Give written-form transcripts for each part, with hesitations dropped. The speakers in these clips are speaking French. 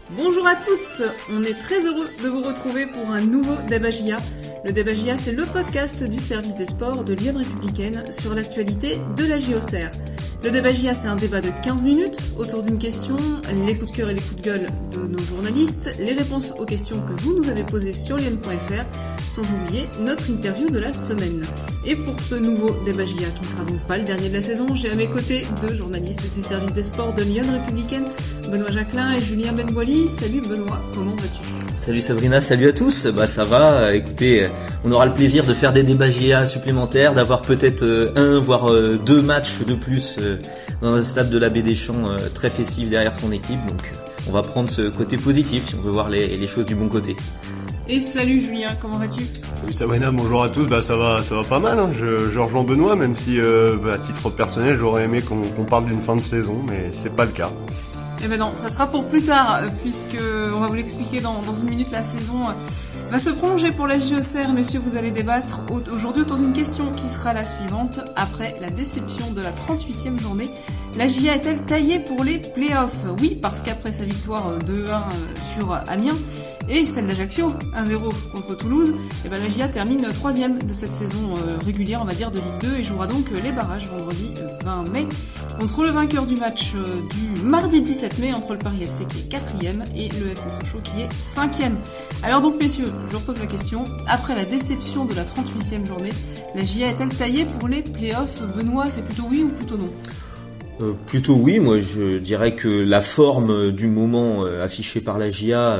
Bonjour à tous, on est très heureux de vous retrouver pour un nouveau Débat JA. Le Débat JA, c'est le podcast du service des sports de Lyon Républicaine sur l'actualité de la JOCR. Le Débat JA, c'est un débat de 15 minutes autour d'une question, les coups de cœur et les coups de gueule de nos journalistes, les réponses aux questions que vous nous avez posées sur lyon.fr, sans oublier notre interview de la semaine. Et pour ce nouveau Débat JA, qui ne sera donc pas le dernier de la saison, j'ai à mes côtés deux journalistes du service des sports de Lyon Républicaine, Benoît Jacquelin et Julien Benboili. Salut Benoît, comment vas-tu ? Salut Sabrina, salut à tous. Ça va, écoutez, on aura le plaisir de faire des débats JA supplémentaires, d'avoir peut-être un voire deux matchs de plus dans un stade de la Baie des Champs très festif derrière son équipe. Donc on va prendre ce côté positif si on veut voir les choses du bon côté. Et salut Julien, comment vas-tu ? Salut Sabrina, bonjour à tous. Ça va pas mal. Hein. Je rejoins Benoît, même si à titre personnel, j'aurais aimé qu'on parle d'une fin de saison, mais c'est pas le cas. Eh ben non, ça sera pour plus tard, puisque on va vous l'expliquer dans une minute. La saison va se prolonger pour la JOCR. Messieurs, vous allez débattre aujourd'hui autour d'une question qui sera la suivante. Après la déception de la 38e journée, la JA est-elle taillée pour les playoffs ? Oui, parce qu'après sa victoire 2-1 sur Amiens et celle d'Ajaccio 1-0 contre Toulouse, la JA termine 3e de cette saison régulière, on va dire, de Ligue 2 et jouera donc les barrages vendredi 20 mai contre le vainqueur du match du mardi 17 mai entre le Paris FC qui est 4e et le FC Sochaux qui est 5e. Alors donc messieurs, je repose la question, après la déception de la 38e journée, la JA est-elle taillée pour les playoffs ? Benoît, c'est plutôt oui ou plutôt non ? Plutôt oui, moi je dirais que la forme du moment affichée par la JA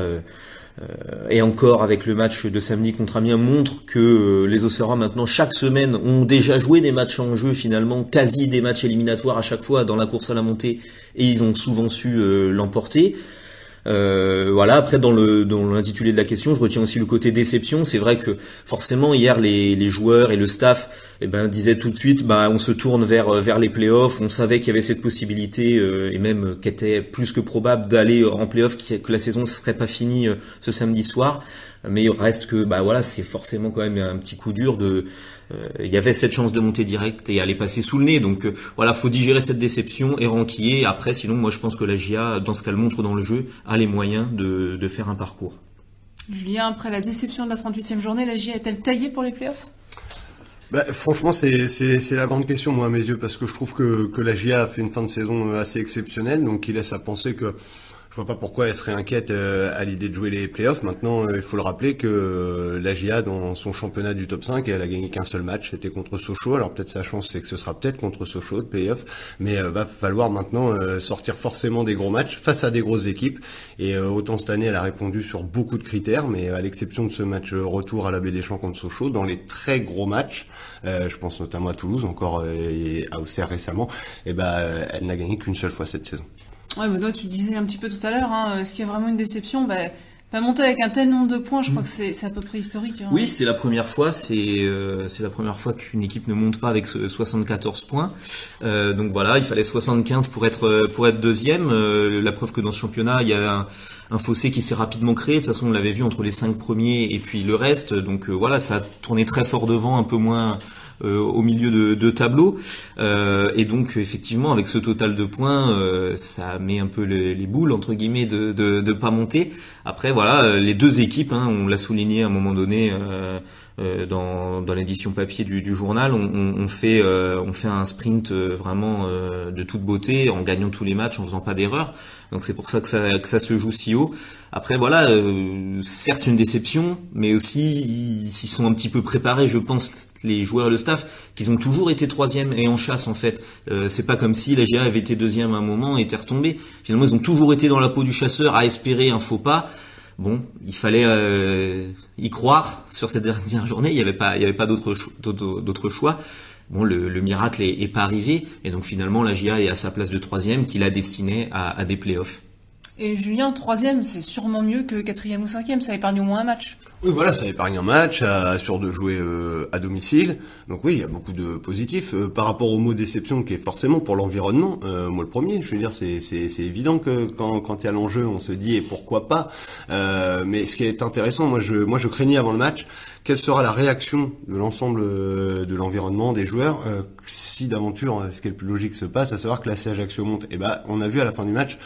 et encore avec le match de samedi contre Amiens montre que les Auxerrois maintenant chaque semaine ont déjà joué des matchs en jeu, finalement quasi des matchs éliminatoires à chaque fois dans la course à la montée, et ils ont souvent su l'emporter. Après dans l'intitulé de la question, je retiens aussi le côté déception. C'est vrai que forcément hier les joueurs et le staff disaient tout de suite on se tourne vers les playoffs. On savait qu'il y avait cette possibilité et même qu'était plus que probable d'aller en playoffs, que la saison ne serait pas finie ce samedi soir. Mais il reste que c'est forcément quand même un petit coup dur il y avait cette chance de monter direct et aller passer sous le nez. Donc faut digérer cette déception et renquiller. Après, sinon, moi je pense que la GIA, dans ce qu'elle montre dans le jeu, a les moyens de faire un parcours. Julien, après la déception de la 38e journée, la GIA est-elle taillée pour les playoffs ? Franchement, c'est la grande question, moi, à mes yeux, parce que je trouve que la GIA a fait une fin de saison assez exceptionnelle, donc qui laisse à penser que je vois pas pourquoi elle serait inquiète à l'idée de jouer les playoffs. Maintenant, il faut le rappeler que la GIA, dans son championnat du top 5, elle a gagné qu'un seul match, c'était contre Sochaux. Alors peut-être sa chance, c'est que ce sera peut-être contre Sochaux, le playoff, mais va falloir maintenant sortir forcément des gros matchs face à des grosses équipes. Et autant cette année, elle a répondu sur beaucoup de critères, mais à l'exception de ce match retour à la Baie des Champs contre Sochaux, dans les très gros matchs, je pense notamment à Toulouse, encore et à Auxerre récemment, elle n'a gagné qu'une seule fois cette saison. Ouais, Benoît, tu disais un petit peu tout à l'heure, ce qui est vraiment une déception, pas monter avec un tel nombre de points, je crois que c'est à peu près historique. Oui, c'est la première fois, c'est la première fois qu'une équipe ne monte pas avec 74 points. Donc voilà, il fallait 75 pour être deuxième. La preuve que dans ce championnat, il y a un fossé qui s'est rapidement créé. De toute façon, on l'avait vu entre les 5 premiers et puis le reste. Donc ça a tourné très fort devant, un peu moins au milieu de tableau, et donc effectivement avec ce total de points ça met un peu les boules entre guillemets de pas monter. Après les deux équipes, on l'a souligné à un moment donné dans l'édition papier du journal, on fait un sprint vraiment de toute beauté en gagnant tous les matchs, en faisant pas d'erreurs. Donc c'est pour ça que ça se joue si haut. Après certes une déception, mais aussi ils s'y sont un petit peu préparés, je pense, les joueurs et le staff, qu'ils ont toujours été troisième et en chasse en fait. C'est pas comme si la GIA avait été deuxième à un moment et était retombée. Finalement ils ont toujours été dans la peau du chasseur à espérer un faux pas. Bon, il fallait y croire sur cette dernière journée. Il y avait pas d'autre choix. Bon, le miracle est pas arrivé, et donc finalement la GIA est à sa place de troisième, qui l'a destinée à des playoffs. Et Julien, troisième, c'est sûrement mieux que quatrième ou cinquième, ça épargne au moins un match. Oui, voilà, ça épargne un match, assure de jouer à domicile. Donc oui, il y a beaucoup de positifs. Par rapport au mot déception, qui est forcément pour l'environnement, moi le premier, je veux dire, c'est évident que quand il y a l'enjeu, on se dit et pourquoi pas. Mais ce qui est intéressant, moi je craignais avant le match, quelle sera la réaction de l'ensemble de l'environnement, des joueurs, si d'aventure, ce qui est le plus logique se passe, à savoir que la CA Ajaccio monte. Et on a vu à la fin du match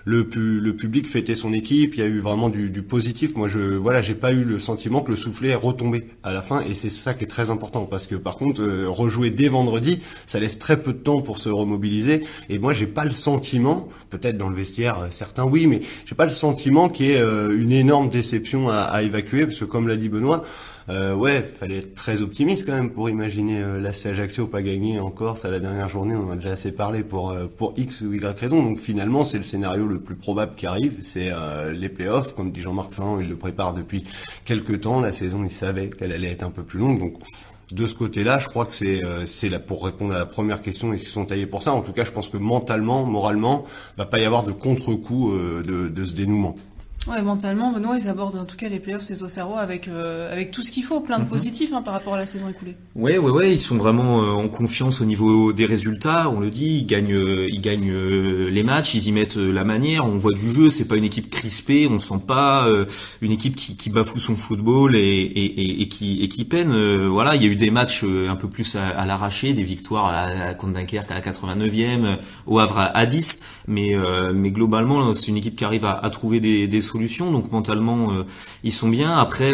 le public fêtait son équipe, il y a eu vraiment du positif. Moi, j'ai pas eu le sentiment que le soufflet est retombé à la fin, et c'est ça qui est très important, parce que par contre, rejouer dès vendredi, ça laisse très peu de temps pour se remobiliser. Et moi, j'ai pas le sentiment, peut-être dans le vestiaire, certains oui, mais j'ai pas le sentiment qu'il y ait une énorme déception à évacuer, parce que comme l'a dit Benoît, fallait être très optimiste quand même pour imaginer l'AC Ajaccio pas gagner en Corse à la dernière journée. On en a déjà assez parlé pour X ou Y raison. Donc finalement, c'est le scénario le plus probable qui arrive. C'est les playoffs. Comme dit Jean-Marc Ferrand, il le prépare depuis quelques temps. La saison, il savait qu'elle allait être un peu plus longue. Donc de ce côté-là, je crois que c'est là pour répondre à la première question, est-ce qu'ils sont taillés pour ça. En tout cas, je pense que mentalement, moralement, va pas y avoir de contre-coup de ce dénouement. Ouais, mentalement, Benoît, ils abordent en tout cas les playoffs, ces Auxerrois, avec tout ce qu'il faut, plein de positifs par rapport à la saison écoulée. Ouais, ils sont vraiment en confiance au niveau des résultats. On le dit, ils gagnent les matchs, ils y mettent la manière. On voit du jeu, c'est pas une équipe crispée, on sent pas une équipe qui bafoue son football et qui peine. Il y a eu des matchs un peu plus à l'arraché, des victoires contre Dunkerque à la 89e, au Havre à 10. Mais globalement, c'est une équipe qui arrive à trouver des solutions, donc mentalement ils sont bien. Après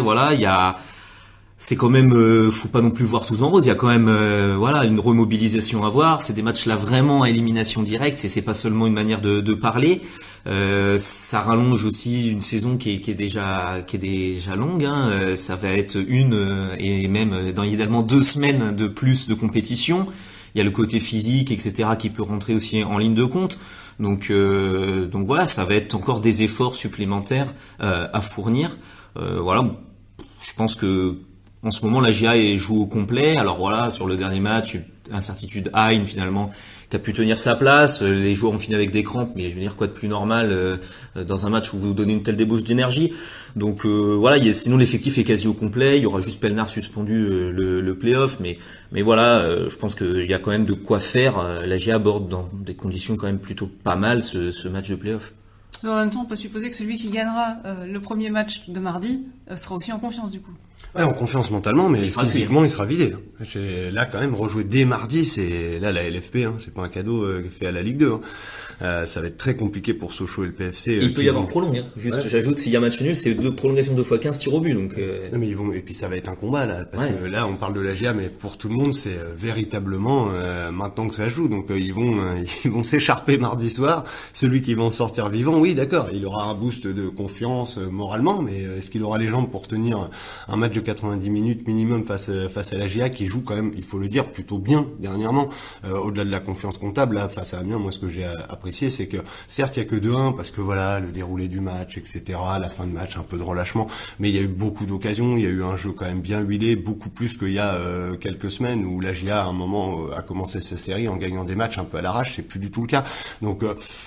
c'est quand même faut pas non plus voir tout en rose, il y a quand même une remobilisation à voir. C'est des matchs là vraiment à élimination directe, et c'est pas seulement une manière de parler. Ça rallonge aussi une saison qui est déjà longue, hein. Ça va être et même idéalement 2 semaines de plus de compétition. Il y a le côté physique, etc., qui peut rentrer aussi en ligne de compte. Donc voilà, ça va être encore des efforts supplémentaires à fournir. Je pense que en ce moment la GIA joue au complet. Alors voilà, sur le dernier match, incertitude Hein finalement qui a pu tenir sa place. Les joueurs ont fini avec des crampes, mais je veux dire quoi de plus normal dans un match où vous donnez une telle débauche d'énergie. Donc sinon l'effectif est quasi au complet. Il y aura juste Pelnard suspendu le play-off, mais je pense qu'il y a quand même de quoi faire. La GIA aborde dans des conditions quand même plutôt pas mal ce match de play-off. Mais en même temps, on peut supposer que celui qui gagnera le premier match de mardi sera aussi en confiance du coup. Ouais, en confiance mentalement, mais physiquement, il sera vidé. Là, quand même, rejouer dès mardi, c'est là la LFP, hein, c'est pas un cadeau fait à la Ligue 2. Ça va être très compliqué pour Sochaux et le PFC. Il peut y avoir prolongue. Hein. Juste, j'ajoute, s'il y a match nul, c'est 2 prolongations 2 fois 15 tirs au but. Donc. Non, mais et puis ça va être un combat là, parce que là, on parle de la GIA, mais pour tout le monde, c'est véritablement maintenant que ça joue. Donc ils vont s'écharper mardi soir. Celui qui va en sortir vivant, oui, d'accord, il aura un boost de confiance moralement, mais est-ce qu'il aura les jambes pour tenir un match de 90 minutes minimum face à la GIA qui joue quand même, il faut le dire, plutôt bien dernièrement, au-delà de la confiance comptable là face à Amiens. Moi, ce que j'ai apprécié, c'est que certes il y a que 2-1 parce que voilà le déroulé du match, etc., la fin de match, un peu de relâchement, mais il y a eu beaucoup d'occasions, il y a eu un jeu quand même bien huilé, beaucoup plus qu'il y a quelques semaines où la GIA à un moment a commencé sa série en gagnant des matchs un peu à l'arrache. C'est plus du tout le cas. Donc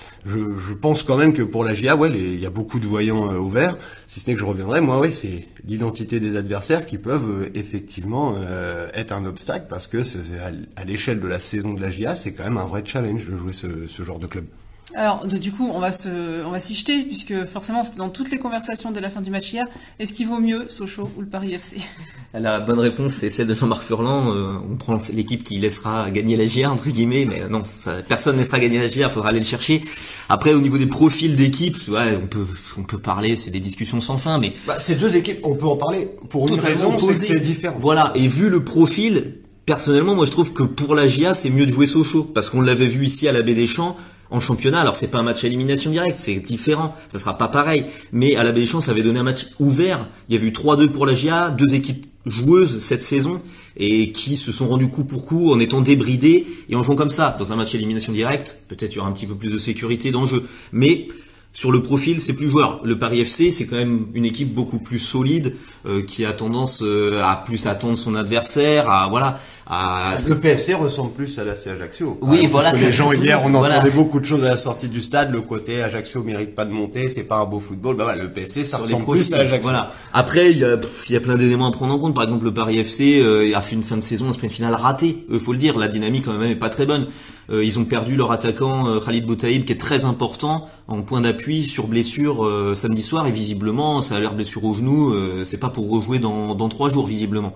je pense quand même que pour la GIA, il y a beaucoup de voyants au vert, si ce n'est que je reviendrai, c'est l'identité des adversaires qui peuvent effectivement être un obstacle, parce que à l'échelle de la saison de la GIA, c'est quand même un vrai challenge de jouer ce genre de club. Alors, du coup, on va s'y jeter, puisque forcément, c'était dans toutes les conversations dès la fin du match hier. Est-ce qu'il vaut mieux Sochaux ou le Paris FC? La bonne réponse, c'est celle de Jean-Marc Furlan. On prend l'équipe qui laissera gagner la GIA, entre guillemets, mais non, personne ne laissera gagner la GIA, il faudra aller le chercher. Après, au niveau des profils d'équipes, on peut parler, c'est des discussions sans fin, mais... ces 2 équipes, on peut en parler pour une raison, c'est que c'est différent. Voilà, et vu le profil, personnellement, moi je trouve que pour la GIA, c'est mieux de jouer Sochaux, parce qu'on l'avait vu ici à la Baie des Champs, en championnat. Alors c'est pas un match à élimination directe, c'est différent, ça sera pas pareil, mais à la Baie des Champs ça avait donné un match ouvert. Il y avait eu 3-2 pour la GIA, 2 équipes joueuses cette saison et qui se sont rendues coup pour coup en étant débridées et en jouant comme ça. Dans un match à élimination directe, peut-être il y aura un petit peu plus de sécurité dans le jeu, mais sur le profil, c'est plus joueur. Le Paris FC, c'est quand même une équipe beaucoup plus solide, qui a tendance à plus attendre son adversaire, Le PFC ressemble plus à l'AC Ajaccio. Oui, voilà. Que les gens hier, on entendait beaucoup de choses à la sortie du stade. Le côté Ajaccio mérite pas de monter, c'est pas un beau football. Le PFC, ça ressemble plus à Ajaccio. Voilà. Après, il y a plein d'éléments à prendre en compte. Par exemple, le Paris FC a fait une fin de saison, un sprint final raté. Faut le dire, la dynamique quand même est pas très bonne. Ils ont perdu leur attaquant Khalid Boutaïb, qui est très important en point d'appui sur blessure samedi soir, et visiblement ça a l'air blessure au genou, c'est pas pour rejouer dans 3 jours visiblement.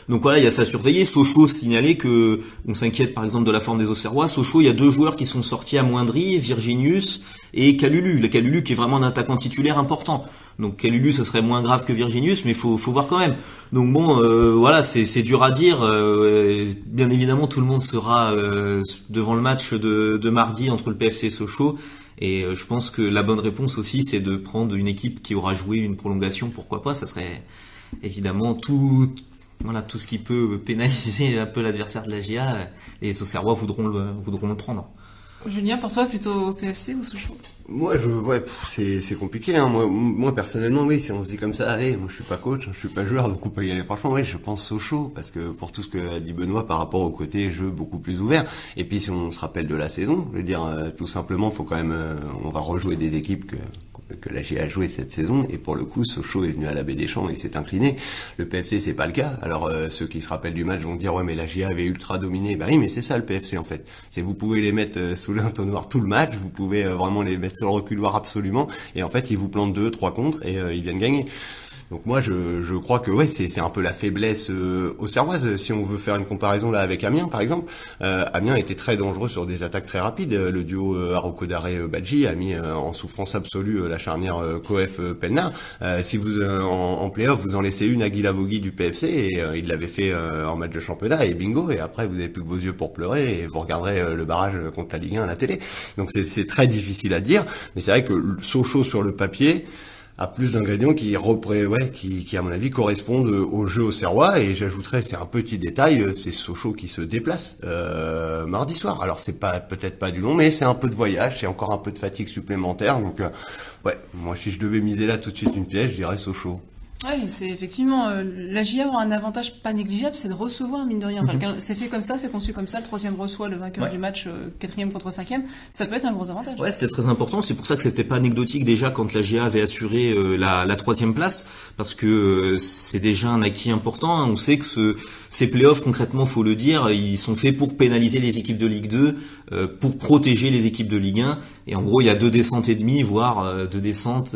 Donc voilà, il y a ça à surveiller. Sochaux signalait que on s'inquiète par exemple de la forme des Auxerrois. Sochaux, il y a 2 joueurs qui sont sortis amoindris, Virginius et Kalulu. Le Kalulu qui est vraiment un attaquant titulaire important. Donc Kalulu, ce serait moins grave que Virginius, mais faut voir quand même. Donc bon, voilà, c'est dur à dire. Bien évidemment, tout le monde sera devant le match de mardi entre le PFC et Sochaux. Et je pense que la bonne réponse aussi, c'est de prendre une équipe qui aura joué une prolongation, pourquoi pas. Ça serait évidemment tout ce qui peut pénaliser un peu l'adversaire de la GIA. Les Auxerrois voudront le prendre. Julien, pour toi, plutôt PFC ou Sochaux? Moi, c'est compliqué, hein. Moi, personnellement, oui, si on se dit comme ça, allez, moi, je suis pas coach, je suis pas joueur, donc on peut y aller. Franchement, oui, je pense Sochaux, parce que pour tout ce que a dit Benoît par rapport au côté jeu beaucoup plus ouvert. Et puis, si on se rappelle de la saison, je veux dire, tout simplement, faut quand même, on va rejouer des équipes que la GIA a joué cette saison, et pour le coup, Sochaux est venu à la Baie des Champs et s'est incliné. Le PFC, c'est pas le cas. Alors, ceux qui se rappellent du match vont dire, ouais, mais la GIA avait ultra dominé. Bah oui, mais c'est ça le PFC, en fait. C'est, vous pouvez les mettre sous l'entonnoir tout le match, vous pouvez vraiment les mettre sur le reculoir absolument, et en fait, ils vous plantent 2-3 contre, et ils viennent gagner. Donc moi je crois que ouais c'est un peu la faiblesse auxerroise. Si on veut faire une comparaison là avec Amiens par exemple, Amiens était très dangereux sur des attaques très rapides. Le duo Aroko-Daré-Badji a mis en souffrance absolue la charnière Coef-Pelnard. Si vous en play-off vous en laissez une à Guy Lavogui du PFC, et il l'avait fait en match de championnat, et bingo, et après vous avez plus que vos yeux pour pleurer et vous regarderez le barrage contre la Ligue 1 à la télé. Donc c'est très difficile à dire, mais c'est vrai que Sochaux sur le papier a plus d'ingrédients qui à mon avis correspondent au jeu auxerrois. Et j'ajouterais, c'est un petit détail, c'est Sochaux qui se déplace mardi soir. Alors c'est peut-être pas du long, mais c'est un peu de voyage, c'est encore un peu de fatigue supplémentaire. Donc moi si je devais miser là tout de suite une pièce, je dirais Sochaux. Ouais, c'est effectivement la GIA aura un avantage pas négligeable, c'est de recevoir, mine de rien. Enfin, c'est fait comme ça, c'est conçu comme ça. Le 3e reçoit le vainqueur du match, 4e contre 5e. Ça peut être un gros avantage. Ouais, c'était très important. C'est pour ça que c'était pas anecdotique déjà quand la GIA avait assuré la 3e place, parce que c'est déjà un acquis important. On sait que ces playoffs, concrètement, faut le dire, ils sont faits pour pénaliser les équipes de Ligue 2, pour protéger les équipes de Ligue 1. Et en gros, il y a 2 descentes et demie, voire 2 descentes,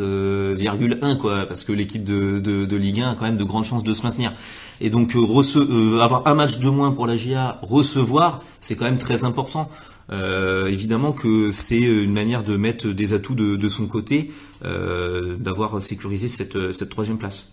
1, quoi, parce que l'équipe de Ligue 1 a quand même de grandes chances de se maintenir. Et donc avoir un match de moins pour la GIA, recevoir, c'est quand même très important. Évidemment que c'est une manière de mettre des atouts de son côté, d'avoir sécurisé cette 3e place.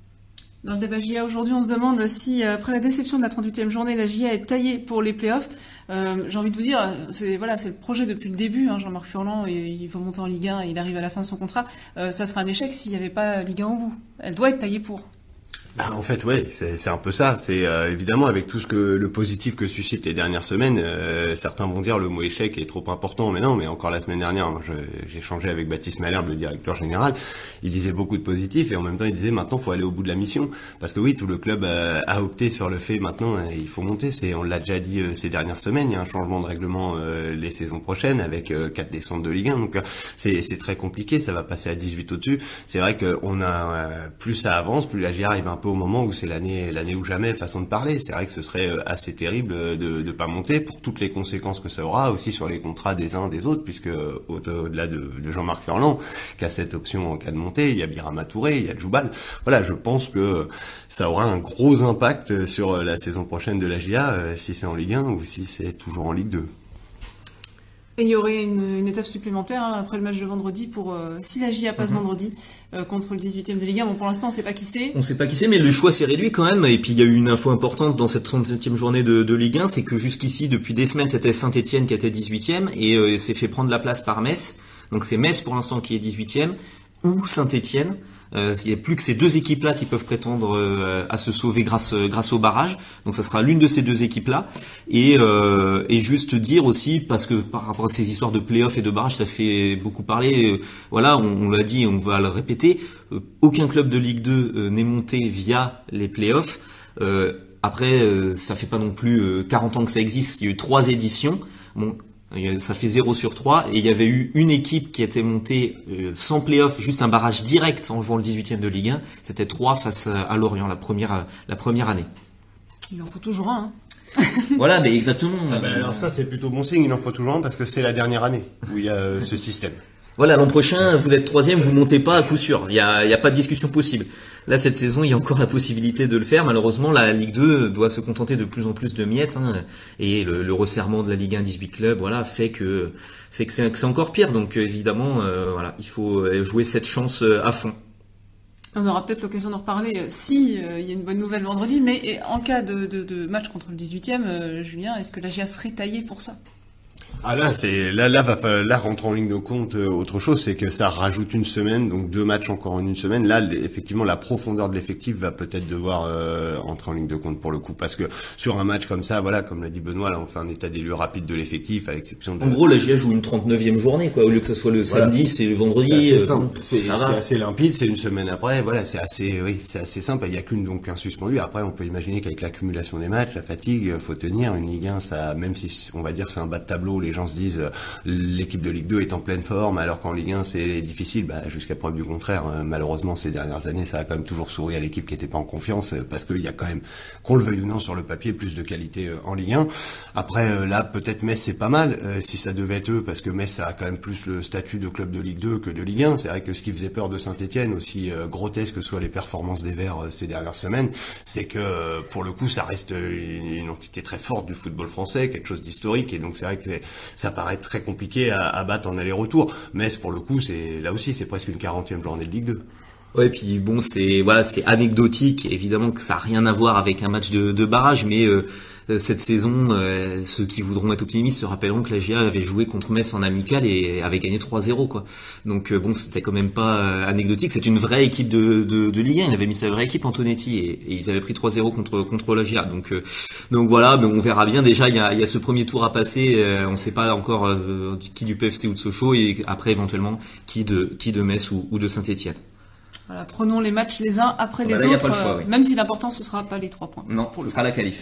Dans le débat GIA aujourd'hui, on se demande si, après la déception de la 38e journée, la GIA est taillée pour les playoffs. J'ai envie de vous dire, c'est le projet depuis le début, hein, Jean-Marc Furlan, il va monter en Ligue 1 et il arrive à la fin de son contrat. Ça serait un échec s'il n'y avait pas Ligue 1 au bout. Elle doit être taillée pour. En fait, ouais, c'est un peu ça. C'est évidemment avec tout le positif que suscitent les dernières semaines, certains vont dire le mot échec est trop important, mais non. Mais encore la semaine dernière, j'ai échangé avec Baptiste Malherbe, le directeur général. Il disait beaucoup de positifs et en même temps il disait maintenant faut aller au bout de la mission, parce que oui, tout le club a opté sur le fait maintenant il faut monter. On l'a déjà dit ces dernières semaines, il y a un changement de règlement les saisons prochaines avec 4 descentes de Ligue 1, donc c'est très compliqué. Ça va passer à 18 au-dessus. C'est vrai que plus ça avance, plus la GIA arrive un peu au moment où c'est l'année ou jamais façon de parler. C'est vrai que ce serait assez terrible de pas monter, pour toutes les conséquences que ça aura aussi sur les contrats des uns des autres, puisque au-delà de Jean-Marc Furlan qui a cette option en cas de montée, il y a Birama Touré, il y a Djoubal. Voilà, je pense que ça aura un gros impact sur la saison prochaine de la GIA, si c'est en Ligue 1 ou si c'est toujours en Ligue 2. Et il y aurait une étape supplémentaire après le match de vendredi pour si la GIA passe vendredi contre le 18e de Ligue 1. Bon, pour l'instant, on sait pas qui c'est. On sait pas qui c'est, mais le choix s'est réduit quand même. Et puis il y a eu une info importante dans cette 37e journée de Ligue 1, c'est que jusqu'ici, depuis des semaines, c'était Saint-Etienne qui était 18e et s'est fait prendre la place par Metz. Donc c'est Metz pour l'instant qui est 18e ou Saint-Etienne. Il n'y a plus que ces 2 équipes-là qui peuvent prétendre à se sauver grâce au barrage. Donc ça sera l'une de ces 2 équipes-là. Et juste dire aussi, parce que par rapport à ces histoires de play-off et de barrage, ça fait beaucoup parler. Voilà, on l'a dit, on va le répéter. Aucun club de Ligue 2 n'est monté via les play-offs. Après, ça fait pas non plus 40 ans que ça existe. Il y a eu 3 éditions. Bon. Ça fait 0 sur 3 et il y avait eu une équipe qui était montée sans play-off, juste un barrage direct en jouant le 18e de Ligue 1. C'était 3 face à Lorient la première année. Il en faut toujours un. Voilà, mais exactement. Alors ça c'est plutôt bon signe, il en faut toujours un parce que c'est la dernière année où il y a ce système. Voilà, l'an prochain, vous êtes 3e, vous montez pas à coup sûr. Il y a pas de discussion possible. Là, cette saison, il y a encore la possibilité de le faire. Malheureusement, la Ligue 2 doit se contenter de plus en plus de miettes, hein, et le resserrement de la Ligue 1 18 clubs, voilà, fait que c'est encore pire. Donc évidemment, voilà, il faut jouer cette chance à fond. On aura peut-être l'occasion d'en reparler si il y a une bonne nouvelle vendredi, mais en cas de match contre le 18e, Julien, est-ce que la GIA serait taillée pour ça? Ah là, là rentre en ligne de compte autre chose, c'est que ça rajoute une semaine, donc 2 matchs encore en une semaine. Là, effectivement, la profondeur de l'effectif va peut-être devoir entrer en ligne de compte pour le coup, parce que sur un match comme ça, voilà, comme l'a dit Benoît, là, on fait un état des lieux rapide de l'effectif, à l'exception de... En gros, la GIA joue une 39e journée, quoi, au lieu que ça soit le samedi, c'est le vendredi. C'est assez simple, c'est assez limpide, c'est une semaine après, voilà, c'est assez simple. Il y a qu'un suspendu. Après, on peut imaginer qu'avec l'accumulation des matchs, la fatigue, faut tenir une Ligue 1, ça, même si on va dire c'est un bas de tableau, les gens se disent l'équipe de Ligue 2 est en pleine forme alors qu'en Ligue 1 c'est difficile, jusqu'à preuve du contraire. Malheureusement ces dernières années ça a quand même toujours souri à l'équipe qui était pas en confiance, parce qu'il y a quand même, qu'on le veuille ou non, sur le papier plus de qualité en Ligue 1. Après là peut-être Metz c'est pas mal si ça devait être eux, parce que Metz ça a quand même plus le statut de club de Ligue 2 que de Ligue 1. C'est vrai que ce qui faisait peur de Saint-Etienne, aussi grotesque que soient les performances des Verts ces dernières semaines, c'est que pour le coup ça reste une entité très forte du football français, quelque chose d'historique, et donc c'est vrai que ça paraît très compliqué à battre en aller-retour. Metz, pour le coup, là aussi, c'est presque une 40e journée de Ligue 2. Ouais, puis bon, c'est anecdotique. Évidemment que ça n'a rien à voir avec un match de barrage, mais cette saison, ceux qui voudront être optimistes se rappelleront que la GIA avait joué contre Metz en amical et avait gagné 3-0, quoi. Donc bon, c'était quand même pas anecdotique. C'est une vraie équipe de Ligue 1. Ils avaient mis sa vraie équipe, Antonetti, et ils avaient pris 3-0 contre la GIA. Donc voilà, mais on verra bien. Déjà, il y a ce premier tour à passer. On ne sait pas encore qui du PFC ou de Sochaux, et après éventuellement qui de Metz ou de Saint-Etienne. Voilà, prenons les matchs les uns après les autres, choix, oui. Même si l'important ce sera pas les 3 points. Non, ce sera la qualif.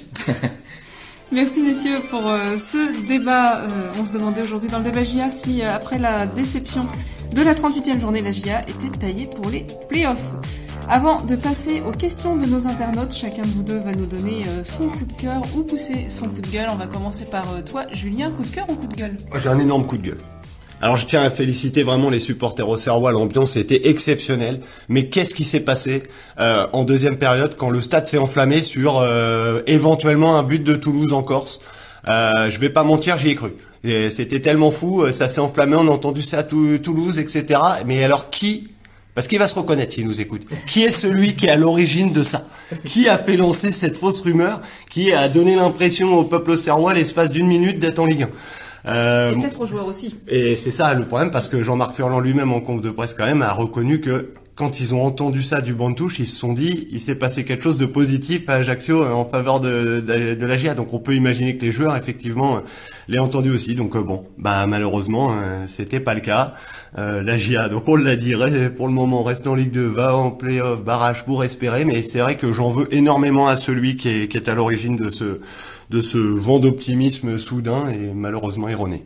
Merci messieurs pour ce débat. On se demandait aujourd'hui dans le débat GIA si après la déception de la 38e journée, la GIA était taillée pour les playoffs. Avant de passer aux questions de nos internautes, chacun de vous deux va nous donner son coup de cœur ou pousser son coup de gueule. On va commencer par toi, Julien. Coup de cœur ou coup de gueule? J'ai un énorme coup de gueule. Alors je tiens à féliciter vraiment les supporters auxerrois, l'ambiance était exceptionnelle, mais qu'est-ce qui s'est passé en deuxième période quand le stade s'est enflammé sur éventuellement un but de Toulouse en Corse? Je vais pas mentir, j'y ai cru. Et c'était tellement fou, ça s'est enflammé, on a entendu ça à Toulouse, etc. Mais alors qui, parce qu'il va se reconnaître s'il nous écoute, qui est celui qui est à l'origine de ça? Qui a fait lancer cette fausse rumeur qui a donné l'impression au peuple auxerrois l'espace d'une minute d'être en Ligue 1? Et peut-être aux joueurs aussi. Et c'est ça le problème, parce que Jean-Marc Furlan lui-même en conf de presse quand même a reconnu que quand ils ont entendu ça du banc de touche, ils se sont dit il s'est passé quelque chose de positif à Ajaccio en faveur de la GIA. Donc on peut imaginer que les joueurs effectivement l'aient entendu aussi. Donc malheureusement c'était pas le cas. La GIA, donc on l'a dit, pour le moment reste en Ligue 2, va en play-off, barrage pour espérer. Mais c'est vrai que j'en veux énormément à celui qui est à l'origine de ce vent d'optimisme soudain et malheureusement erroné.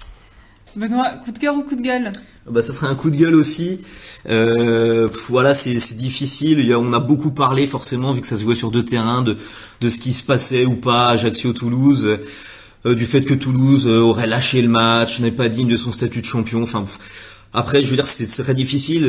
Benoît, coup de cœur ou coup de gueule? Ça serait un coup de gueule aussi. Voilà, c'est difficile. On a beaucoup parlé forcément, vu que ça se jouait sur 2 terrains, de ce qui se passait ou pas à Ajaccio-Toulouse, du fait que Toulouse aurait lâché le match, n'est pas digne de son statut de champion. Enfin, après, je veux dire, c'est très difficile.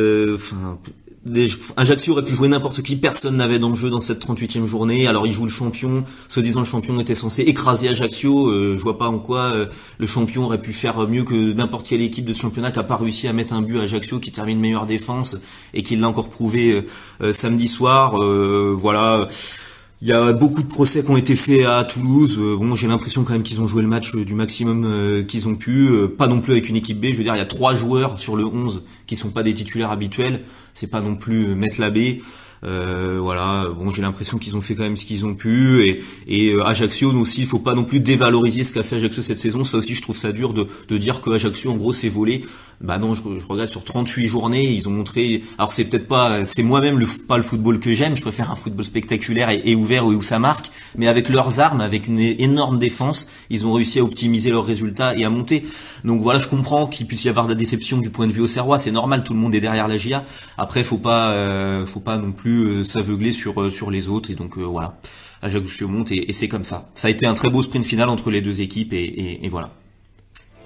Ajaccio aurait pu jouer n'importe qui, personne n'avait d'enjeu dans cette 38e journée, alors il joue le champion, se disant le champion était censé écraser Ajaccio, je vois pas en quoi le champion aurait pu faire mieux que n'importe quelle équipe de ce championnat qui a pas réussi à mettre un but à Ajaccio, qui termine meilleure défense et qui l'a encore prouvé samedi soir. Voilà. Il y a beaucoup de procès qui ont été faits à Toulouse. J'ai l'impression quand même qu'ils ont joué le match du maximum qu'ils ont pu. Pas non plus avec une équipe B. Je veux dire, il y a 3 joueurs sur le 11 qui sont pas des titulaires habituels. C'est pas non plus mettre la B. Voilà. J'ai l'impression qu'ils ont fait quand même ce qu'ils ont pu. Et Ajaccio aussi, il faut pas non plus dévaloriser ce qu'a fait Ajaccio cette saison. Ça aussi, je trouve ça dur de dire que Ajaccio, en gros, s'est volé. Non, je regarde sur 38 journées, ils ont montré. Alors c'est peut-être pas, c'est moi-même pas le football que j'aime. Je préfère un football spectaculaire et ouvert où ça marque. Mais avec leurs armes, avec une énorme défense, ils ont réussi à optimiser leurs résultats et à monter. Donc voilà, je comprends qu'il puisse y avoir de la déception du point de vue auxerrois. C'est normal, tout le monde est derrière la GIA. Après, faut pas non plus s'aveugler sur les autres. Et donc voilà, Ajaccio monte et c'est comme ça. Ça a été un très beau sprint final entre les deux équipes et voilà.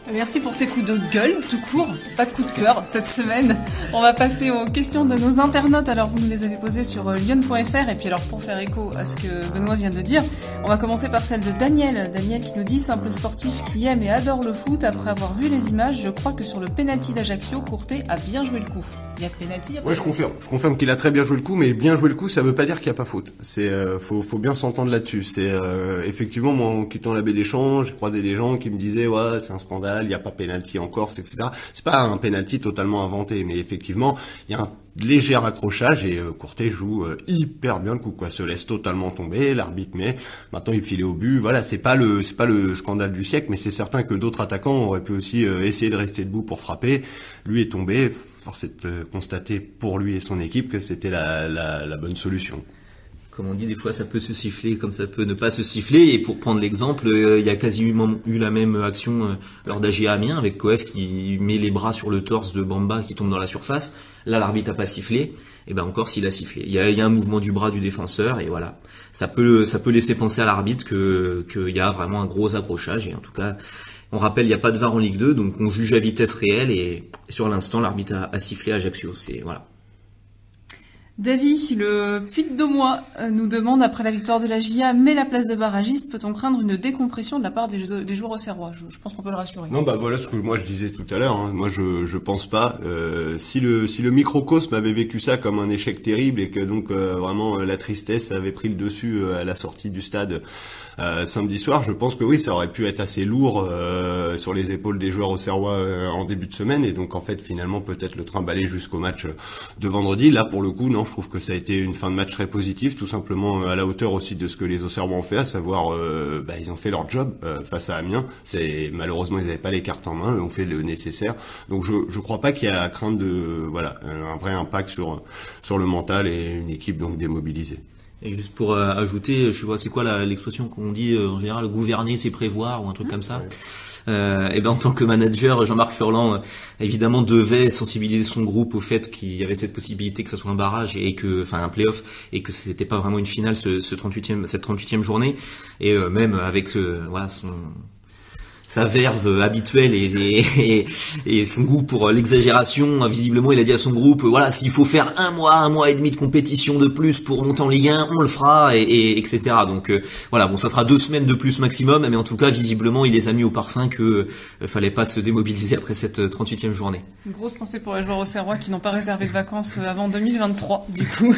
Merci pour ces coups de gueule, tout court, pas de coups de cœur cette semaine. On va passer aux questions de nos internautes. Alors vous nous les avez posées sur lyon.fr et puis alors pour faire écho à ce que Benoît vient de dire, on va commencer par celle de Daniel. Daniel qui nous dit: simple sportif qui aime et adore le foot, après avoir vu les images, je crois que sur le penalty d'Ajaccio, Courtet a bien joué le coup. Il y a penalty, Ouais, je confirme qu'il a très bien joué le coup, mais bien joué le coup, ça veut pas dire qu'il y a pas faute. C'est faut bien s'entendre là-dessus. C'est effectivement, moi en quittant la Baie des Champs, j'ai croisé des gens qui me disaient ouais, c'est un scandale, il y a pas penalty en Corse, etc. C'est pas un penalty totalement inventé, mais effectivement, il y a un léger accrochage et Courtet joue hyper bien le coup, quoi, se laisse totalement tomber, l'arbitre met, maintenant il filait au but, voilà, c'est pas le scandale du siècle, mais c'est certain que d'autres attaquants auraient pu aussi essayer de rester debout pour frapper, lui est tombé, force est de constater pour lui et son équipe que c'était la bonne solution. Comme on dit, des fois ça peut se siffler comme ça peut ne pas se siffler, et pour prendre l'exemple, il y a quasiment eu la même action lors d'AGA Amiens avec Coef qui met les bras sur le torse de Bamba qui tombe dans la surface. Là l'arbitre a pas sifflé, et ben encore s'il a sifflé. Il y a un mouvement du bras du défenseur, et voilà. Ça peut laisser penser à l'arbitre qu'il y a vraiment un gros accrochage, et en tout cas, on rappelle, il n'y a pas de VAR en Ligue 2, donc on juge à vitesse réelle, et sur l'instant l'arbitre a sifflé à Ajaccio, c'est voilà. Davy, le Puy-de-Dômois, nous demande, après la victoire de la GIA, mais la place de barragiste, peut-on craindre une décompression de la part des joueurs auxerrois? Je pense qu'on peut le rassurer. Non, bah voilà ce que moi je disais tout à l'heure, hein. Moi je pense pas. Si le microcosme avait vécu ça comme un échec terrible et que donc vraiment la tristesse avait pris le dessus à la sortie du stade samedi soir, je pense que oui, ça aurait pu être assez lourd sur les épaules des joueurs auxerrois en début de semaine, et donc en fait finalement peut-être le trimballer jusqu'au match de vendredi. Là pour le coup, non, je trouve que ça a été une fin de match très positive, tout simplement à la hauteur aussi de ce que les Auxerrois ont fait, à savoir ils ont fait leur job face à Amiens. Malheureusement ils n'avaient pas les cartes en main, ils ont fait le nécessaire. Donc je crois pas qu'il y a à craindre un vrai impact sur le mental et une équipe donc démobilisée. Et juste pour ajouter, je sais pas, c'est quoi l'expression qu'on dit en général, gouverner c'est prévoir ou un truc comme ça. Ouais. Et ben en tant que manager, Jean-Marc Furlan évidemment devait sensibiliser son groupe au fait qu'il y avait cette possibilité que ça soit un barrage et un play-off, et que c'était pas vraiment une finale cette 38e journée, et même avec sa verve habituelle et son goût pour l'exagération, visiblement il a dit à son groupe, voilà, s'il faut faire un mois et demi de compétition de plus pour monter en Ligue 1, on le fera, et etc. Donc voilà, bon, ça sera 2 semaines de plus maximum, mais en tout cas visiblement il les a mis au parfum que fallait pas se démobiliser après cette 38e journée. Une grosse pensée pour les joueurs auxerrois qui n'ont pas réservé de vacances avant 2023 du coup.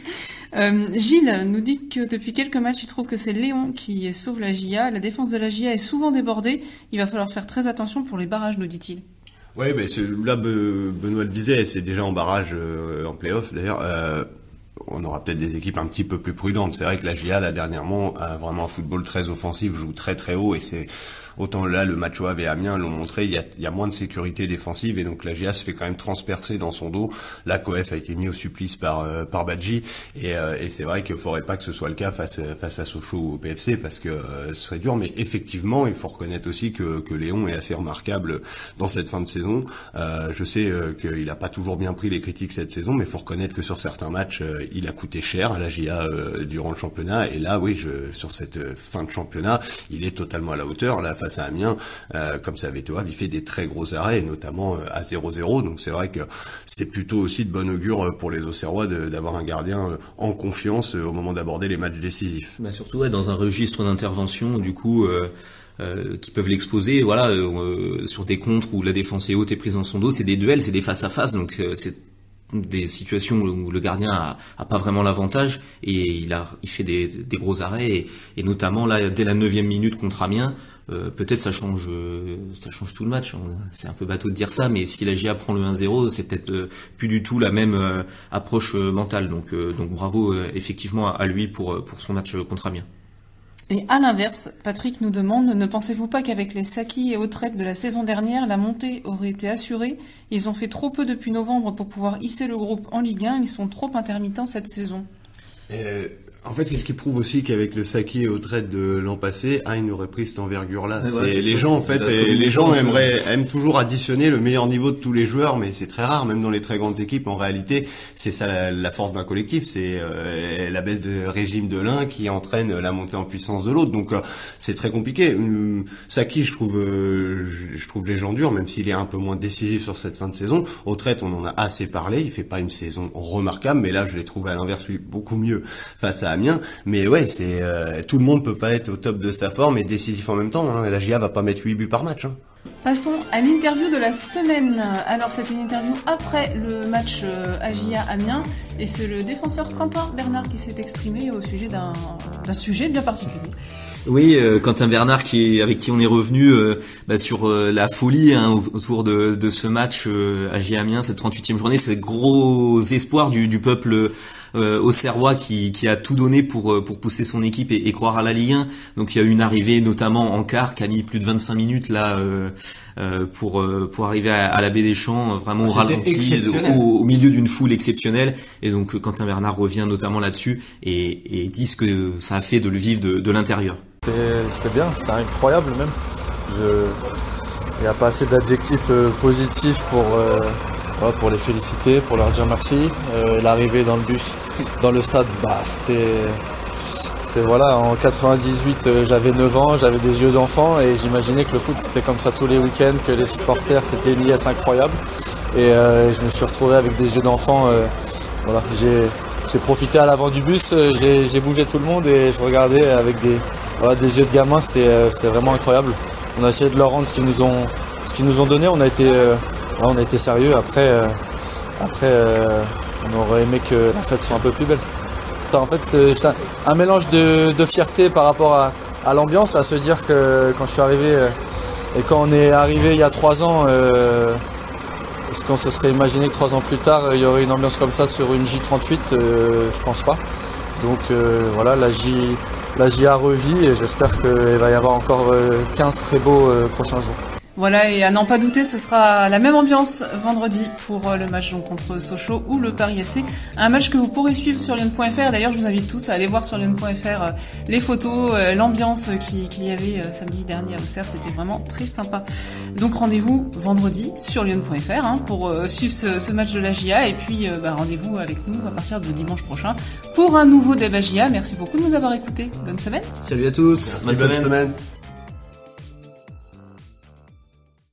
Gilles nous dit que depuis quelques matchs, il trouve que c'est Léon qui sauve la GIA. La défense de la GIA est souvent débordée. Il va falloir faire très attention pour les barrages, nous dit-il. Ouais, là, Benoît le disait, c'est déjà en barrage en play-off d'ailleurs. On aura peut-être des équipes un petit peu plus prudentes. C'est vrai que la GIA, là, dernièrement, a vraiment un football très offensif, joue très très haut, et c'est autant là, le match OAV et Amiens l'ont montré, il y a moins de sécurité défensive, et donc la GIA se fait quand même transpercer dans son dos. Là, Coef a été mis au supplice par Badji, et c'est vrai qu'il faudrait pas que ce soit le cas face à Sochaux ou au PFC, parce que ce serait dur, mais effectivement, il faut reconnaître aussi que Léon est assez remarquable dans cette fin de saison. Je sais qu'il a pas toujours bien pris les critiques cette saison, mais il faut reconnaître que sur certains matchs, il a coûté cher à la GIA durant le championnat, et là, oui, sur cette fin de championnat, il est totalement à la hauteur. Là, face à Amiens, comme ça avait été, il fait des très gros arrêts, notamment à 0-0. Donc c'est vrai que c'est plutôt aussi de bon augure pour les Auxerrois d'avoir un gardien en confiance au moment d'aborder les matchs décisifs. Bah surtout dans un registre d'intervention, du coup, qui peuvent l'exposer, voilà, sur des contres où la défense est haute et prise dans son dos. C'est des duels, c'est des face à face, donc c'est des situations où le gardien a pas vraiment l'avantage, et il fait des gros arrêts, et notamment là dès la 9e minute contre Amiens, peut-être ça change tout le match. C'est un peu bateau de dire ça, mais si la GIA prend le 1-0, c'est peut-être plus du tout la même approche mentale. Donc bravo effectivement à lui pour son match contre Amiens. Et à l'inverse, Patrick nous demande, ne pensez-vous pas qu'avec les Saki et Autrette de la saison dernière, la montée aurait été assurée? Ils ont fait trop peu depuis novembre pour pouvoir hisser le groupe en Ligue 1, ils sont trop intermittents cette saison. En fait, qu'est-ce qui prouve aussi qu'avec le Saki et Autrette de l'an passé, Hein aurait pris cette envergure-là. Les gens, en fait, les gens aiment toujours additionner le meilleur niveau de tous les joueurs, mais c'est très rare, même dans les très grandes équipes. En réalité, c'est ça la force d'un collectif, c'est la baisse de régime de l'un qui entraîne la montée en puissance de l'autre. Donc, c'est très compliqué. Saki, je trouve les gens durs, même s'il est un peu moins décisif sur cette fin de saison. Autrette, on en a assez parlé. Il fait pas une saison remarquable, mais là, je l'ai trouvé à l'inverse, lui, beaucoup mieux face à Amiens. Mais ouais, c'est tout le monde peut pas être au top de sa forme et décisif en même temps. Hein. La GIA va pas mettre 8 buts par match. Hein. Passons à l'interview de la semaine. Alors c'est une interview après le match AGIA Amiens et c'est le défenseur Quentin Bernard qui s'est exprimé au sujet d'un sujet bien particulier. Oui, Quentin Bernard avec qui on est revenu sur la folie autour de ce match AGIA Amiens, cette 38e journée, c'est le gros espoir du peuple auxerrois qui a tout donné pour pousser son équipe et croire à la Ligue 1. Donc il y a eu une arrivée notamment en quart qui a mis plus de 25 minutes là pour arriver à la Baie des Champs, vraiment au ralenti, au milieu d'une foule exceptionnelle. Et donc Quentin Bernard revient notamment là-dessus et dit ce que ça a fait de le vivre de l'intérieur. C'était bien, c'était incroyable même. Il n'y a pas assez d'adjectifs positifs pour les féliciter, pour leur dire merci. L'arrivée dans le bus, dans le stade, c'était voilà, en 98 j'avais 9 ans, j'avais des yeux d'enfant et j'imaginais que le foot c'était comme ça tous les week-ends, que les supporters c'était une liesse incroyable. Et je me suis retrouvé avec des yeux d'enfant. Voilà, j'ai profité à l'avant du bus, j'ai bougé tout le monde et je regardais avec des yeux de gamin, c'était vraiment incroyable. On a essayé de leur rendre ce qu'ils nous ont donné, on a été sérieux. Après, on aurait aimé que la fête soit un peu plus belle. En fait, c'est un mélange de fierté par rapport à l'ambiance, à se dire que quand je suis arrivé et quand on est arrivé il y a 3 ans, est-ce qu'on se serait imaginé que 3 ans plus tard, il y aurait une ambiance comme ça sur une J38 ? Je pense pas. Donc voilà, la GIA revit et j'espère qu'il va y avoir encore 15 très beaux prochains jours. Voilà, et à n'en pas douter, ce sera la même ambiance vendredi pour le match donc contre Sochaux ou le Paris FC. Un match que vous pourrez suivre sur lyon.fr. D'ailleurs, je vous invite tous à aller voir sur lyon.fr les photos, l'ambiance qu'il y avait samedi dernier à Auxerre. C'était vraiment très sympa. Donc rendez-vous vendredi sur lyon.fr pour suivre ce match de la GIA. Et puis rendez-vous avec nous à partir de dimanche prochain pour un nouveau débat GIA. Merci beaucoup de nous avoir écoutés. Bonne semaine. Salut à tous. Bonne semaine.